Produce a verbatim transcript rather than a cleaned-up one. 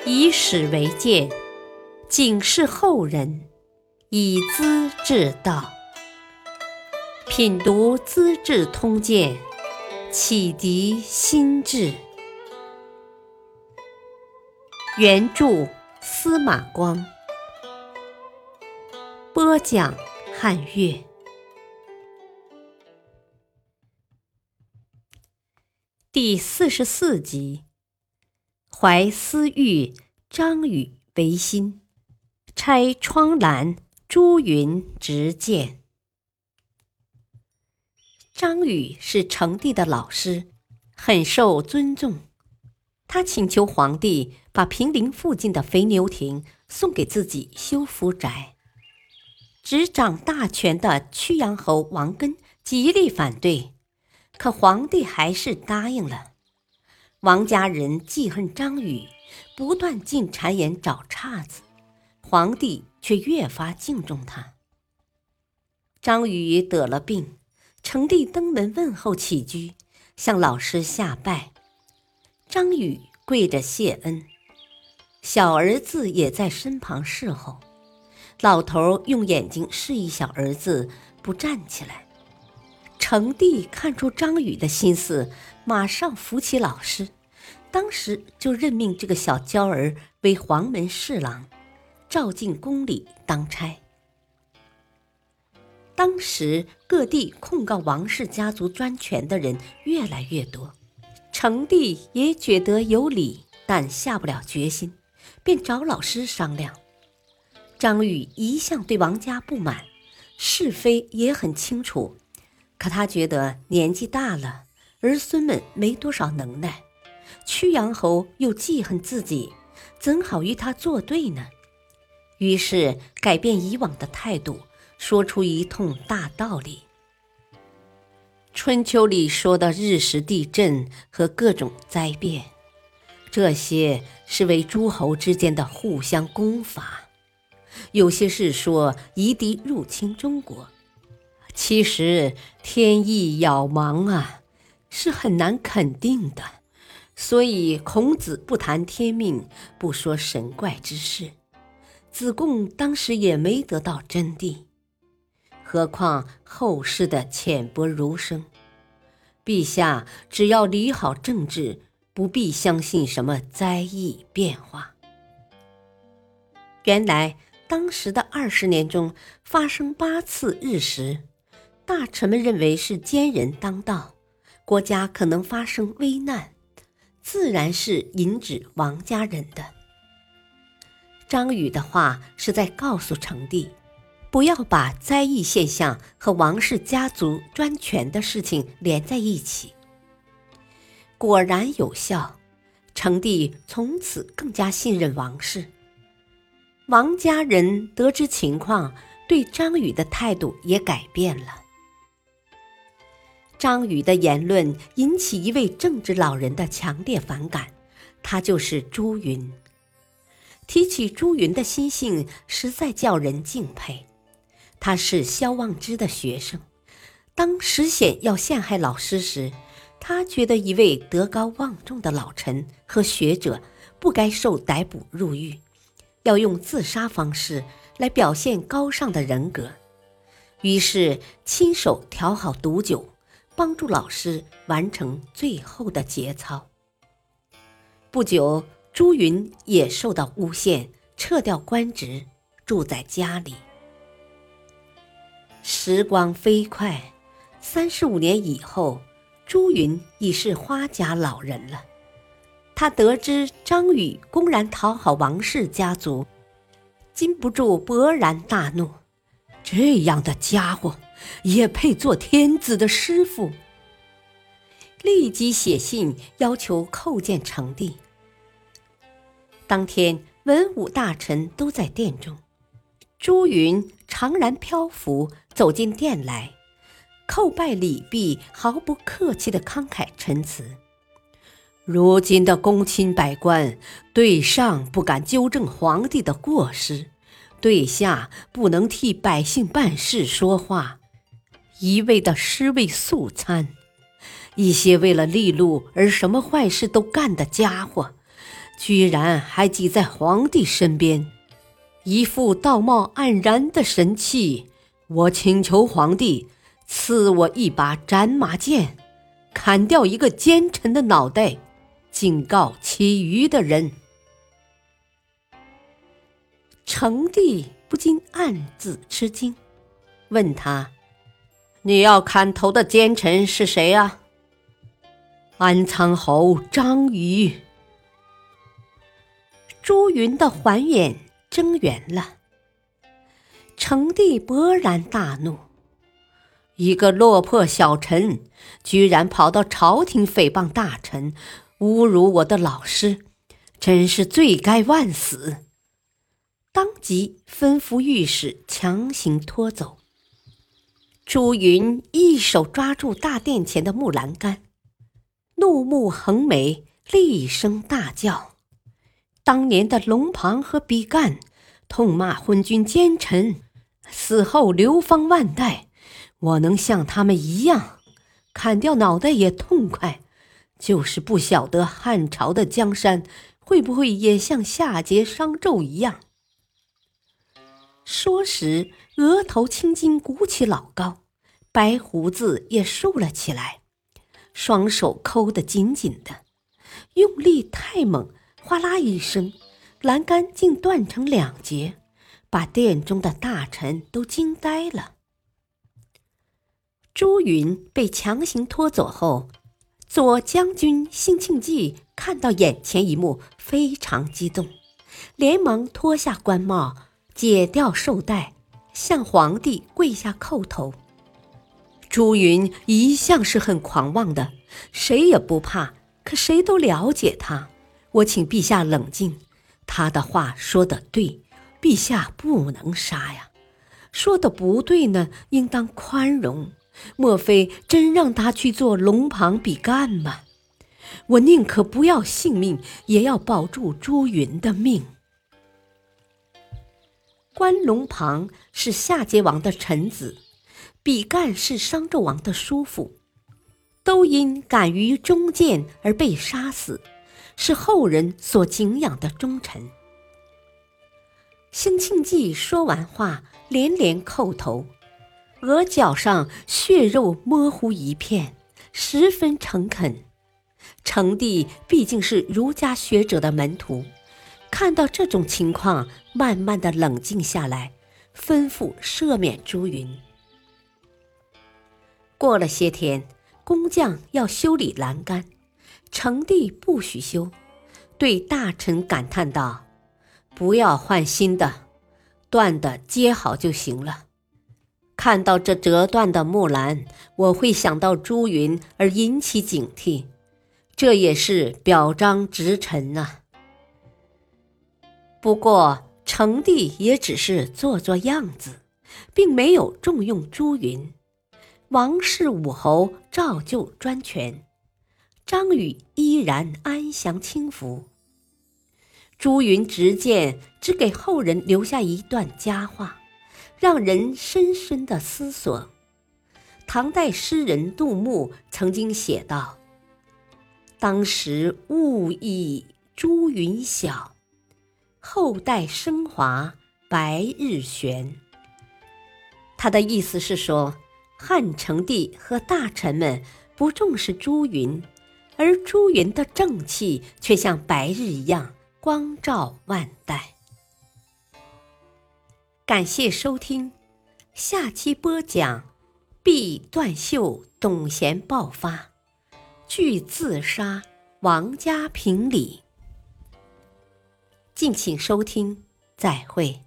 以史为鉴，警示后人，以资治道。品读《资治通鉴》，启迪心智。原著司马光，播讲汉乐。第四十四集，怀思欲，张禹维新，拆窗栏，朱云执剑。张禹是成帝的老师，很受尊重。他请求皇帝把平陵附近的肥牛亭送给自己修福宅。执掌大权的曲阳侯王根极力反对，可皇帝还是答应了。王家人记恨张禹，不断进谗言找岔子，皇帝却越发敬重他。张禹得了病，成帝登门问候起居，向老师下拜。张禹跪着谢恩，小儿子也在身旁侍候。老头用眼睛示意小儿子不站起来。成帝看出张禹的心思，马上扶起老师，当时就任命这个小娇儿为黄门侍郎，召进宫里当差。当时各地控告王氏家族专权的人越来越多，成帝也觉得有理，但下不了决心，便找老师商量。张禹一向对王家不满，是非也很清楚，可他觉得年纪大了，儿孙们没多少能耐，曲阳侯又记恨自己，怎好与他作对呢？于是改变以往的态度，说出一通大道理。春秋里说的日食地震和各种灾变，这些是为诸侯之间的互相攻伐。有些是说夷狄入侵中国，其实天意渺茫啊，是很难肯定的。所以孔子不谈天命，不说神怪之事。子贡当时也没得到真谛，何况后世的浅薄儒生。陛下只要理好政治，不必相信什么灾异变化。原来当时的二十年中发生八次日食，大臣们认为是奸人当道，国家可能发生危难，自然是引指王家人的。张禹的话是在告诉成帝，不要把灾异现象和王氏家族专权的事情连在一起。果然有效，成帝从此更加信任王氏。王家人得知情况，对张禹的态度也改变了。张禹的言论引起一位政治老人的强烈反感，他就是朱云。提起朱云的心性，实在叫人敬佩。他是萧望之的学生，当石显要陷害老师时，他觉得一位德高望重的老臣和学者不该受逮捕入狱，要用自杀方式来表现高尚的人格，于是亲手调好毒酒，帮助老师完成最后的节操。不久，朱云也受到诬陷，撤掉官职，住在家里。时光飞快，三十五年以后，朱云已是花甲老人了。他得知张禹公然讨好王氏家族，禁不住勃然大怒，这样的家伙也配做天子的师傅？立即写信要求叩见成帝。当天文武大臣都在殿中，朱云长髯漂浮走进殿来，叩拜礼毕，毫不客气地慷慨陈词。如今的公卿百官，对上不敢纠正皇帝的过失，对下不能替百姓办事说话，一味的尸位素餐。一些为了利禄而什么坏事都干的家伙， 居然还挤在皇帝身边，一副道貌岸然的神气。我请求皇帝赐我一把斩马剑，砍掉一个奸臣的脑袋，警告其余的人。成帝不禁暗自吃惊，问他：你要砍头的奸臣是谁啊？安苍侯张瑜。朱云的环眼睁圆了。成帝勃然大怒，一个落魄小臣居然跑到朝廷诽谤大臣，侮辱我的老师，真是罪该万死。当即吩咐御史强行拖走。朱云一手抓住大殿前的木栏杆，怒目横眉，厉声大叫：当年的龙庞和比干痛骂昏君奸臣，死后流芳万代，我能像他们一样砍掉脑袋也痛快，就是不晓得汉朝的江山会不会也像夏桀商纣一样。说时额头青筋鼓起老高，白胡子也竖了起来，双手抠得紧紧的，用力太猛，哗啦一声，栏杆竟断成两截，把殿中的大臣都惊呆了。朱云被强行拖走后，左将军辛庆忌看到眼前一幕，非常激动，连忙脱下官帽，解掉绶带，向皇帝跪下叩头。朱云一向是很狂妄的，谁也不怕，可谁都了解他，我请陛下冷静，他的话说得对，陛下不能杀呀，说的不对呢，应当宽容，莫非真让他去做龙庞比干吗？我宁可不要性命，也要保住朱云的命。关龙庞是夏桀王的臣子，比干是商纣王的叔父，都因敢于忠谏而被杀死，是后人所敬仰的忠臣。辛庆忌说完话，连连叩头，额角上血肉模糊一片，十分诚恳。成帝毕竟是儒家学者的门徒，看到这种情况，慢慢的冷静下来，吩咐赦免朱云。过了些天，工匠要修理栏杆，成帝不许修，对大臣感叹道：不要换新的，断的接好就行了。看到这折断的木栏，我会想到朱云而引起警惕，这也是表彰直臣啊。不过成帝也只是做做样子，并没有重用朱云。王氏武侯照旧专权，张宇依然安详清福。朱云执剑只给后人留下一段佳话，让人深深的思索。唐代诗人杜牧曾经写道：当时物意朱云晓，后代升华白日悬。他的意思是说，汉成帝和大臣们不重视朱云，而朱云的正气却像白日一样光照万代。感谢收听，下期播讲毕断袖董贤爆发，拒自杀王家评理。敬请收听，再会。